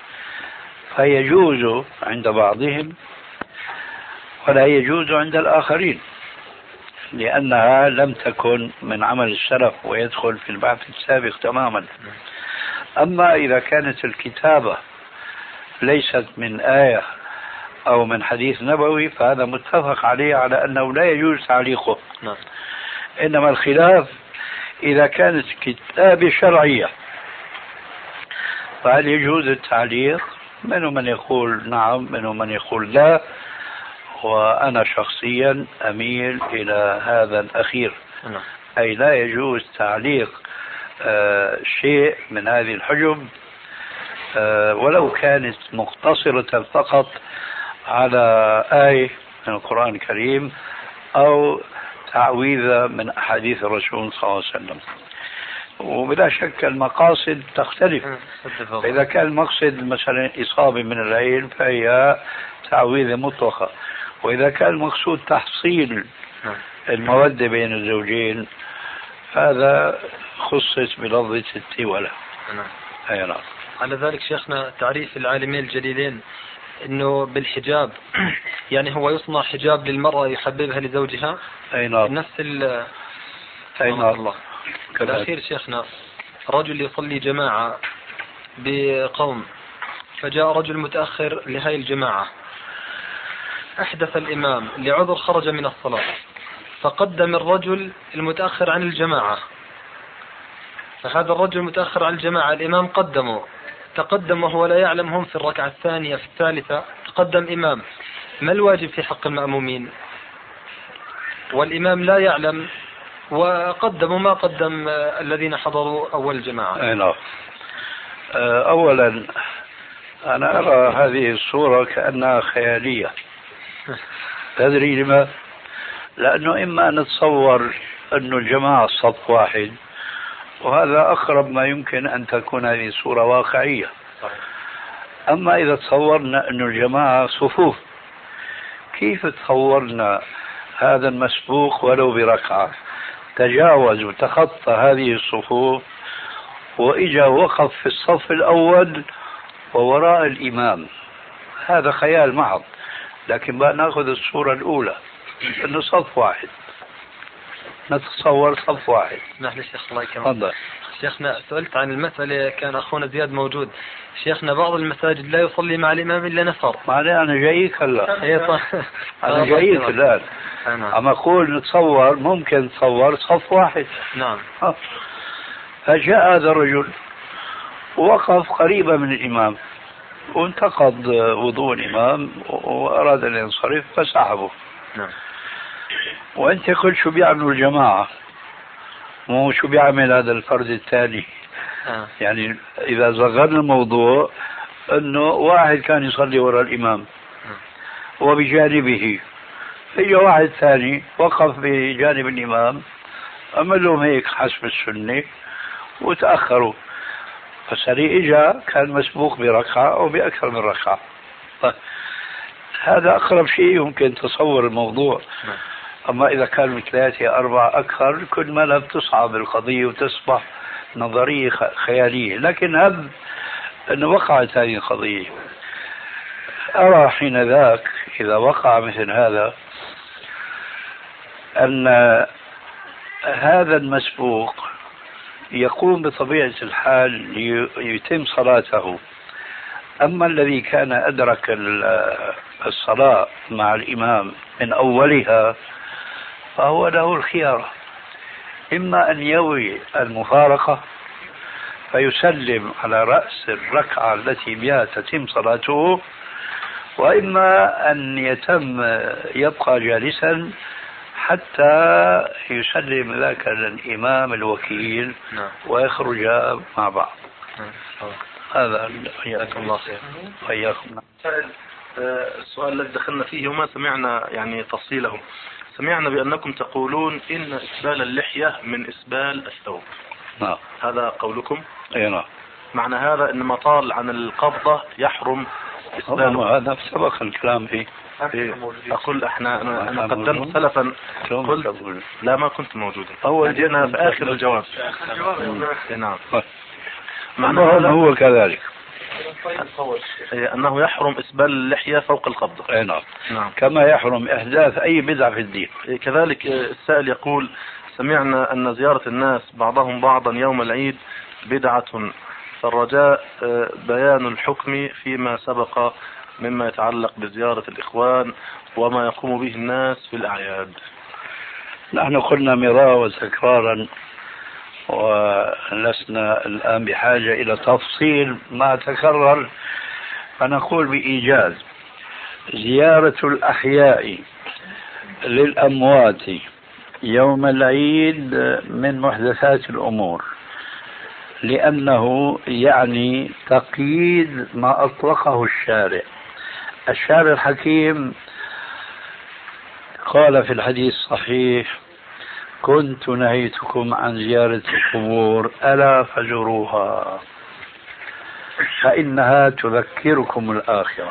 D: فيجوز عند بعضهم ولا يجوز عند الآخرين، لأنها لم تكن من عمل السلف ويدخل في البحث السابق تماما. أما إذا كانت الكتابة ليست من آية أو من حديث نبوي فهذا متفق عليه على أنه لا يجوز تعليقه.
H: نعم.
D: إنما الخلاف إذا كانت كتابة شرعية فهل يجوز التعليق؟ منهم من يقول نعم، منهم من يقول لا، وأنا شخصيا أميل إلى هذا الأخير.
H: نعم.
D: أي لا يجوز تعليق آه شيء من هذه الحجب آه ولو كانت مقتصرة فقط على آية من القرآن الكريم أو تعويذة من أحاديث الرسول صلى الله عليه وسلم. وبلا شك المقاصد تختلف. إذا كان المقصد مثلا إصابة من العين فهي تعويذة مطلقة، وإذا كان المقصود تحصيل المودة بين الزوجين هذا خصص بلفظة التولة. أي نعم.
H: على ذلك شيخنا تعريف العالمين الجليلين انه بالحجاب يعني هو يصنع حجاب للمرأة يحببها لزوجها.
D: أي نعم.
H: نفس ال
D: أي نعم.
H: الله. الأخير شيخنا رجل يصلي جماعة بقوم، فجاء رجل متأخر لهذه الجماعة، أحدث الإمام لعذر خرج من الصلاة، فقدم الرجل المتأخر عن الجماعة، فهذا الرجل المتأخر عن الجماعة الإمام قدمه، تقدم وهو لا يعلم هم في الركعة الثانية في الثالثة تقدم إمام. ما الواجب في حق المأمومين والإمام لا يعلم وقدموا ما قدم الذين حضروا أول الجماعة؟
D: أي نعم. أولا أنا أرى هذه الصورة كأنها خيالية. تدري لما؟ لأنه إما أن نتصور أن الجماعة صف واحد، وهذا أقرب ما يمكن أن تكون هذه الصورة واقعية. أما إذا تصورنا أن الجماعة صفوف، كيف تصورنا هذا المسبوق ولو بركعة تجاوز وتخطى هذه الصفوف وإجا وقف في الصف الأول ووراء الإمام؟ هذا خيال محض. لكن بقى نأخذ الصورة الأولى أنه صف واحد، نتصور صف واحد.
H: نحن شيخ الله يكرمك. شيخنا سألت عن المسألة، كان أخونا زياد موجود. شيخنا بعض المساجد لا يصلي مع الإمام إلا نفر.
D: معناه أنا جايك هلا.
H: إيه صح.
D: أنا جايك الآن. أما أقول نتصور ممكن نتصور صف واحد.
H: نعم.
D: فجاء هذا الرجل ووقف قريبا من الإمام وانتقض وضوء الإمام وأراد أن ينصرف فسحبه.
H: نعم.
D: وأنت قلت شو بيعملوا الجماعة، مو شو بيعمل هذا الفرد الثاني.
H: آه.
D: يعني إذا صغرنا الموضوع أنه واحد كان يصلي وراء الإمام آه. وبجانبه في واحد ثاني وقف بجانب الإمام، عمل لهم هيك حسب السنة وتأخروا، فسري إجا كان مسبوق بركعة أو بأكثر من ركعة. هذا أقرب شيء يمكن تصور الموضوع. آه. أما إذا كانوا ثلاثة أربعة أكثر كل ما لا بتصعب القضية وتصبح نظرية خيالية. لكن هب أن وقعت هذه القضية، أرى حين ذاك إذا وقع مثل هذا أن هذا المسبوق يقوم بطبيعة الحال ليتم صلاته أما الذي كان أدرك الصلاة مع الإمام من أولها فهو له الخيار، إما أن يوي المفارقة فيسلم على رأس الركعة التي بها تتم صلاته، وإما أن يتم يبقى جالسا حتى يسلم ذاك الإمام الوكيل ويخرج مع بعض. هذا
G: حياكم الله خير.
D: حياكم.
G: السؤال الذي دخلنا فيه وما سمعنا يعني تفصيله، سمعنا بأنكم تقولون إن إسبال اللحية من إسبال الثوب.
D: نعم.
G: هذا قولكم؟
D: أي نعم.
G: معنى هذا إن ما طال عن القبضة يحرم إسباله.
D: هذا سبق الكلام فيه.
G: أقول احنا أنا, أنا قدمت سلفا قلت لا ما كنت موجودا.
D: أول
G: جينا في آخر الجواب. نعم.
D: معنى هذا هو كذلك
G: أنه يحرم إسبال اللحية فوق القبضة.
D: أي نعم. نعم. كما يحرم إحداث أي بدعة في الدين.
G: كذلك السائل يقول سمعنا أن زيارة الناس بعضهم بعضا يوم العيد بدعة، فالرجاء بيان الحكم فيما سبق مما يتعلق بزيارة الإخوان وما يقوم به الناس في الأعياد.
D: نحن قلنا مرارا وتكرارا ولسنا الآن بحاجة إلى تفصيل ما تكرر، فنقول بإيجاز: زيارة الأحياء للأموات يوم العيد من محدثات الأمور، لأنه يعني تقييد ما أطلقه الشارع. الشارع الحكيم قال في الحديث الصحيح: كنت نهيتكم عن زيارة القبور ألا فزوروها فإنها تذكركم الآخرة.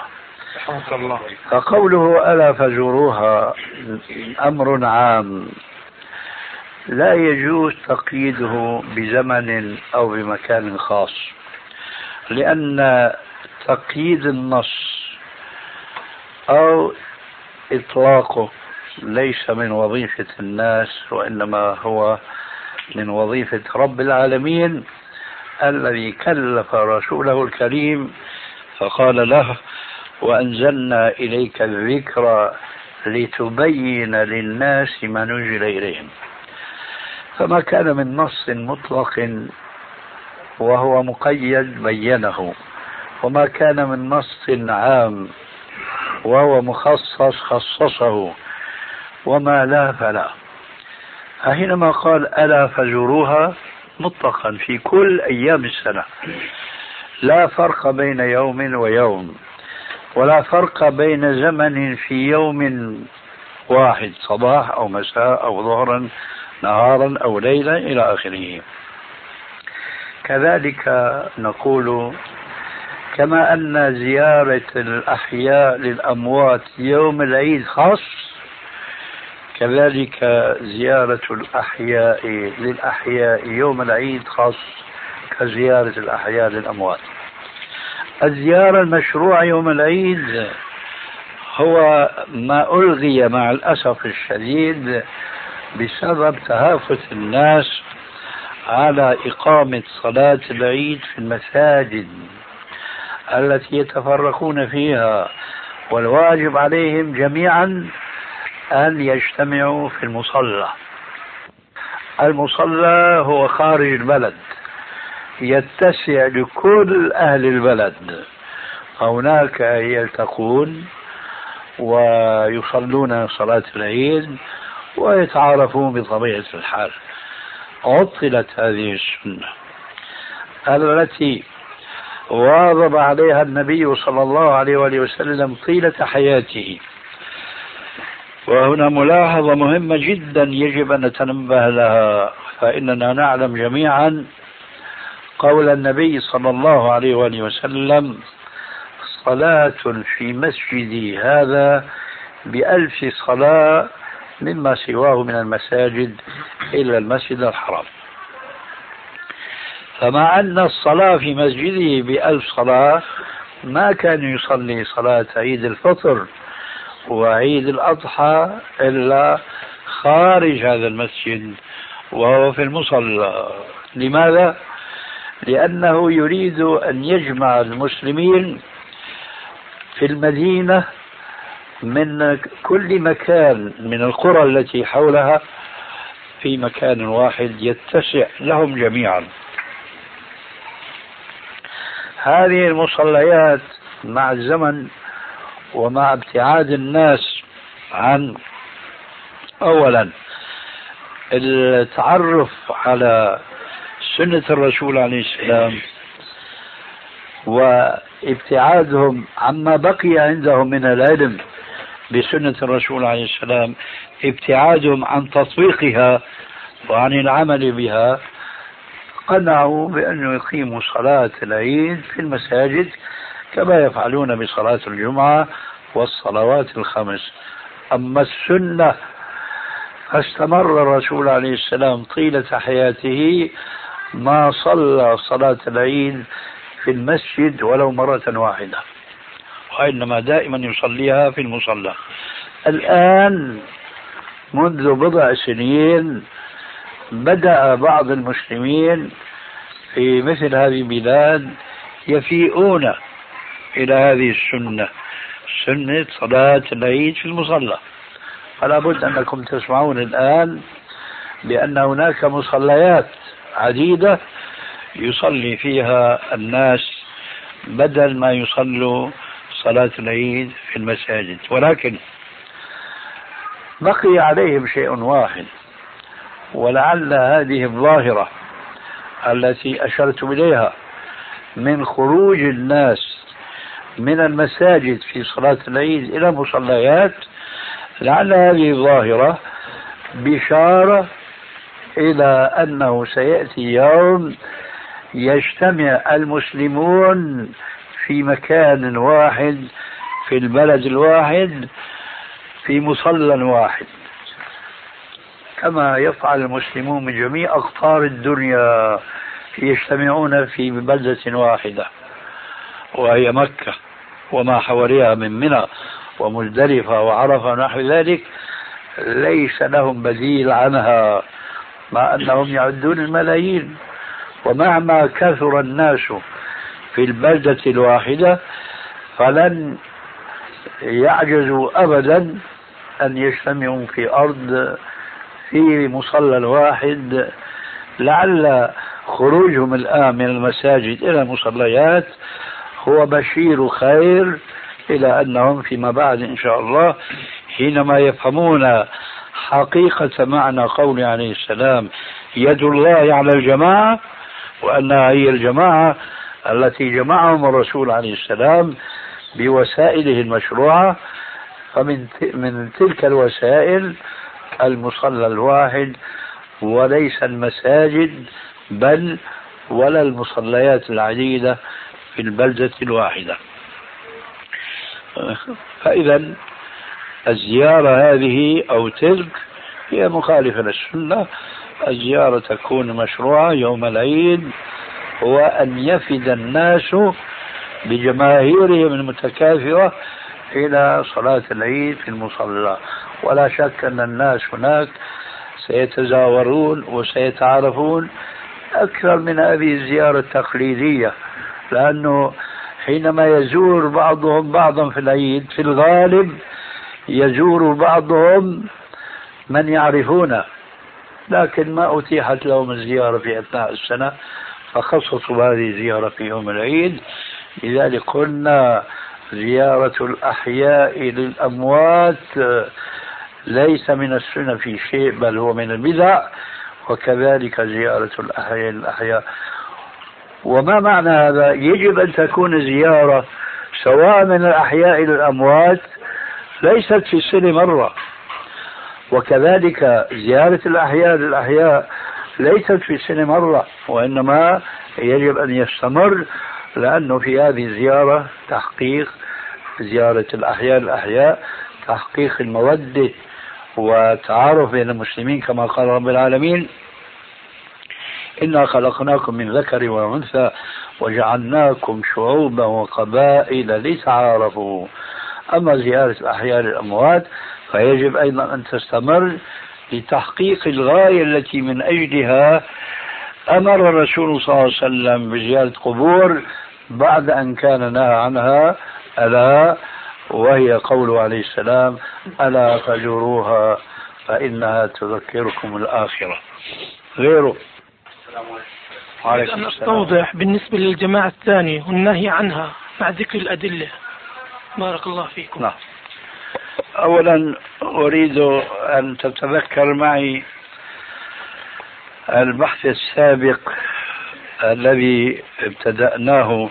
D: فقوله ألا فزوروها أمر عام لا يجوز تقييده بزمن أو بمكان خاص، لأن تقييد النص أو إطلاقه ليس من وظيفة الناس، وإنما هو من وظيفة رب العالمين الذي كلف رسوله الكريم فقال له: وأنزلنا إليك الذكر لتبين للناس ما نزل إليهم. فما كان من نص مطلق وهو مقيد بينه، وما كان من نص عام وهو مخصص خصصه، وما لا فلا. فحينما قال ألا فزوروها مطلقا في كل أيام السنة، لا فرق بين يوم ويوم، ولا فرق بين زمن في يوم واحد، صباح أو مساء أو ظهرا نهارا أو ليلا إلى آخره. كذلك نقول كما أن زيارة الأحياء للأموات يوم العيد خاص، كذلك زيارة الأحياء للأحياء يوم العيد خاص كزيارة الأحياء للأموات. الزيارة المشروعة يوم العيد هو ما ألغي مع الأسف الشديد بسبب تهافت الناس على إقامة صلاة العيد في المساجد التي يتفرقون فيها، والواجب عليهم جميعا أن يجتمعوا في المصلى. المصلى هو خارج البلد يتسع لكل أهل البلد، هناك يلتقون ويصلون صلاة العيد ويتعارفون بطبيعة الحال. عطلت هذه السنة التي واظب عليها النبي صلى الله عليه وآله وسلم طيلة حياته. وهنا ملاحظة مهمة جدا يجب أن نتنبه لها، فإننا نعلم جميعا قول النبي صلى الله عليه وآله وسلم: صلاة في مسجدي هذا بألف صلاة مما سواه من المساجد إلا المسجد الحرام. فمع أن الصلاة في مسجده بألف صلاة ما كان يصلي صلاة عيد الفطر وعيد الأضحى إلا خارج هذا المسجد وهو في المصلى. لماذا؟ لأنه يريد أن يجمع المسلمين في المدينة من كل مكان من القرى التي حولها في مكان واحد يتسع لهم جميعا. هذه المصليات مع الزمن ومع ابتعاد الناس عن أولا التعرف على سنة الرسول عليه السلام وابتعادهم عما بقي عندهم من العلم بسنة الرسول عليه السلام، ابتعادهم عن تطبيقها وعن العمل بها، قنعوا بأن يقيموا صلاة العيد في المساجد كما يفعلون بصلاة الجمعة والصلوات الخمس. أما السنة فاستمر الرسول عليه السلام طيلة حياته ما صلى صلاة العيد في المسجد ولو مرة واحدة، وإنما دائما يصليها في المصلى. الآن منذ بضع سنين بدأ بعض المسلمين في مثل هذه البلاد يفيئون إلى هذه السنة، سنة صلاة العيد في المصلى. فلا بد أنكم تسمعون الآن بأن هناك مصليات عديدة يصلي فيها الناس بدل ما يصلوا صلاة العيد في المساجد. ولكن بقي عليهم شيء واحد، ولعل هذه الظاهرة التي أشرت إليها من خروج الناس من المساجد في صلاة العيد إلى مصليات، لعل هذه الظاهرة بشارة إلى أنه سيأتي يوم يجتمع المسلمون في مكان واحد في البلد الواحد في مصلى واحد، كما يفعل المسلمون من جميع أقطار الدنيا يجتمعون في بلدة واحدة وهي مكة وما حواليها من منى ومزدلفة وعرفة ونحو ذلك، ليس لهم بديل عنها مع أنهم يعدون الملايين. ومهما كثر الناس في البلدة الواحدة فلن يعجزوا أبدا أن يجتمعوا في أرض في مصلى واحد. لعل خروجهم الآن من المساجد إلى المصليات هو بشير خير إلى أنهم فيما بعد إن شاء الله حينما يفهمون حقيقة معنى قول عليه السلام يد الله على الجماعة، وأنها هي الجماعة التي جمعهم الرسول عليه السلام بوسائله المشروعة، فمن من تلك الوسائل المصلى الواحد وليس المساجد بل ولا المصليات العديدة في البلدة الواحدة. فإذا الزيارة هذه أو تلك هي مخالفة للسنة. الزيارة تكون مشروعة يوم العيد وأن يفد الناس بجماهيرهم المتكاثرة إلى صلاة العيد في المصلى. ولا شك أن الناس هناك سيتزاورون وسيتعرفون أكثر من هذه الزيارة التقليدية، لأنه حينما يزور بعضهم بعضا في العيد في الغالب يزور بعضهم من يعرفونه، لكن ما أتيحت لهم الزيارة في أثناء السنة فخصصوا هذه الزيارة في يوم العيد. لذلك قلنا زيارة الأحياء للأموات ليس من السنة في شيء بل هو من البدع، وكذلك زيارة الأحياء للأحياء. وما معنى هذا؟ يجب أن تكون زيارة سواء من الأحياء للأموات ليست في السنة مرة، وكذلك زيارة الأحياء للأحياء ليست في السنة مرة، وإنما يجب أن يستمر، لأنه في هذه الزيارة تحقيق زيارة الأحياء للأحياء تحقيق المودة وتعارف بين المسلمين، كما قال رب العالمين إنا خلقناكم من ذكر وأنثى وجعلناكم شعوبا وقبائل لتعارفوا. أما زيارة الأحياء للأموات فيجب أيضا أن تستمر لتحقيق الغاية التي من أجلها أمر الرسول صلى الله عليه وسلم بزيارة قبور بعد أن كان نهى عنها ألا وهي قوله عليه السلام ألا فجروها فإنها تذكركم الآخرة. غيره.
I: أريد أن أستوضح بالنسبة للجماعة الثانية والنهي عنها مع ذكر الأدلة. بارك الله فيكم.
D: نعم. أولا أريد أن تتذكر معي البحث السابق الذي ابتدأناه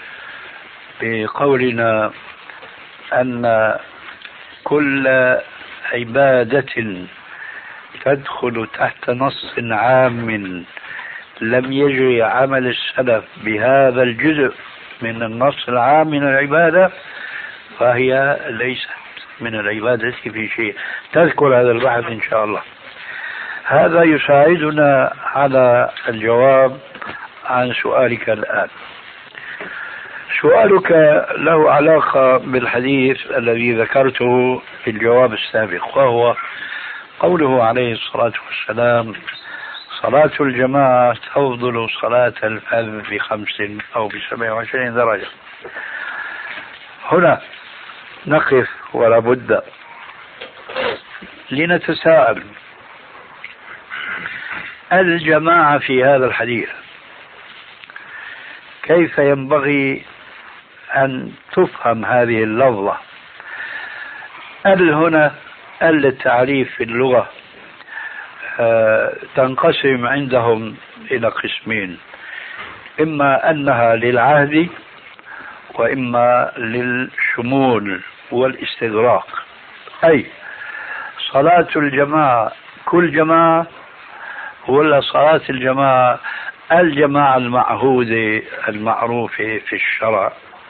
D: بقولنا أن كل عبادة تدخل تحت نص عام لم يجري عمل السلف بهذا الجزء من النص العام من العبادة فهي ليست من العبادة في شيء. تذكر هذا البحث إن شاء الله. هذا يساعدنا على الجواب عن سؤالك الآن. سؤالك له علاقة بالحديث الذي ذكرته في الجواب السابق، وهو قوله عليه الصلاة والسلام صلاة الجماعة تفضل صلاة الفذ بخمس أو بسبع وعشرين درجة. هنا نقف ولا بد لنتساءل الجماعة في هذا الحديث كيف ينبغي أن تفهم هذه اللفظة؟ ال هنا ال التعريف في اللغة تنقسم عندهم إلى قسمين، إما أنها للعهد وإما للشمول والاستغراق. أي صلاة الجماعة كل جماعة ولا صلاة الجماعة الجماعة المعهودة المعروفة في الشرع؟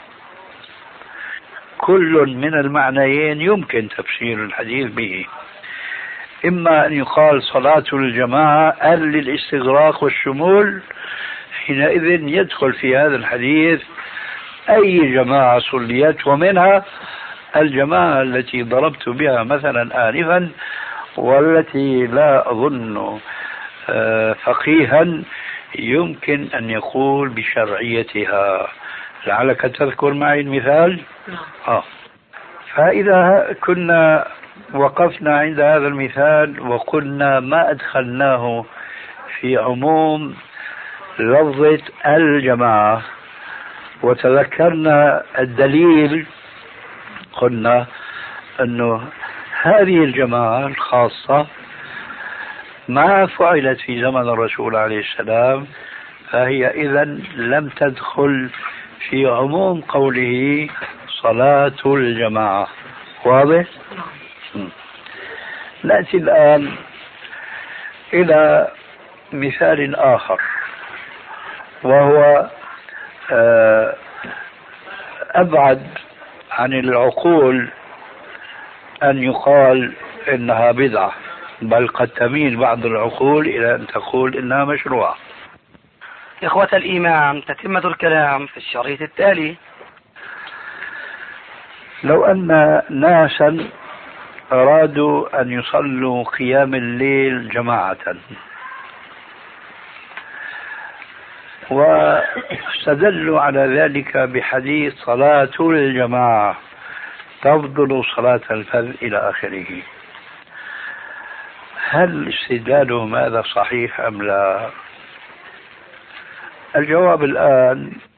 D: كل من المعنيين يمكن تفسير الحديث به. إما أن يقال صلاة الجماعة للاستغراق والشمول، حينئذ يدخل في هذا الحديث أي جماعة صليت، ومنها الجماعة التي ضربت بها مثلا آنفا والتي لا أظن فقيها يمكن أن يقول بشرعيتها. لعلك تذكر معي المثال. آه. فإذا كنا وقفنا عند هذا المثال وقلنا ما أدخلناه في عموم لفظة الجماعة وتذكرنا الدليل، قلنا أنه هذه الجماعة الخاصة ما فعلت في زمن الرسول عليه السلام، فهي إذن لم تدخل في عموم قوله صلاة الجماعة. واضح؟ نأتي الآن إلى مثال آخر، وهو أبعد عن العقول أن يقال إنها بدعة، بل قد تميل بعض العقول إلى أن تقول إنها مشروعة.
B: إخوة الإيمان، تتمة الكلام في الشريط التالي.
D: لو أن ناسا أرادوا أن يصلوا قيام الليل جماعة واستدلوا على ذلك بحديث صلاة الجماعة تفضل صلاة الفذ إلى آخره، هل استدلالهم هذا صحيح أم لا؟ الجواب الآن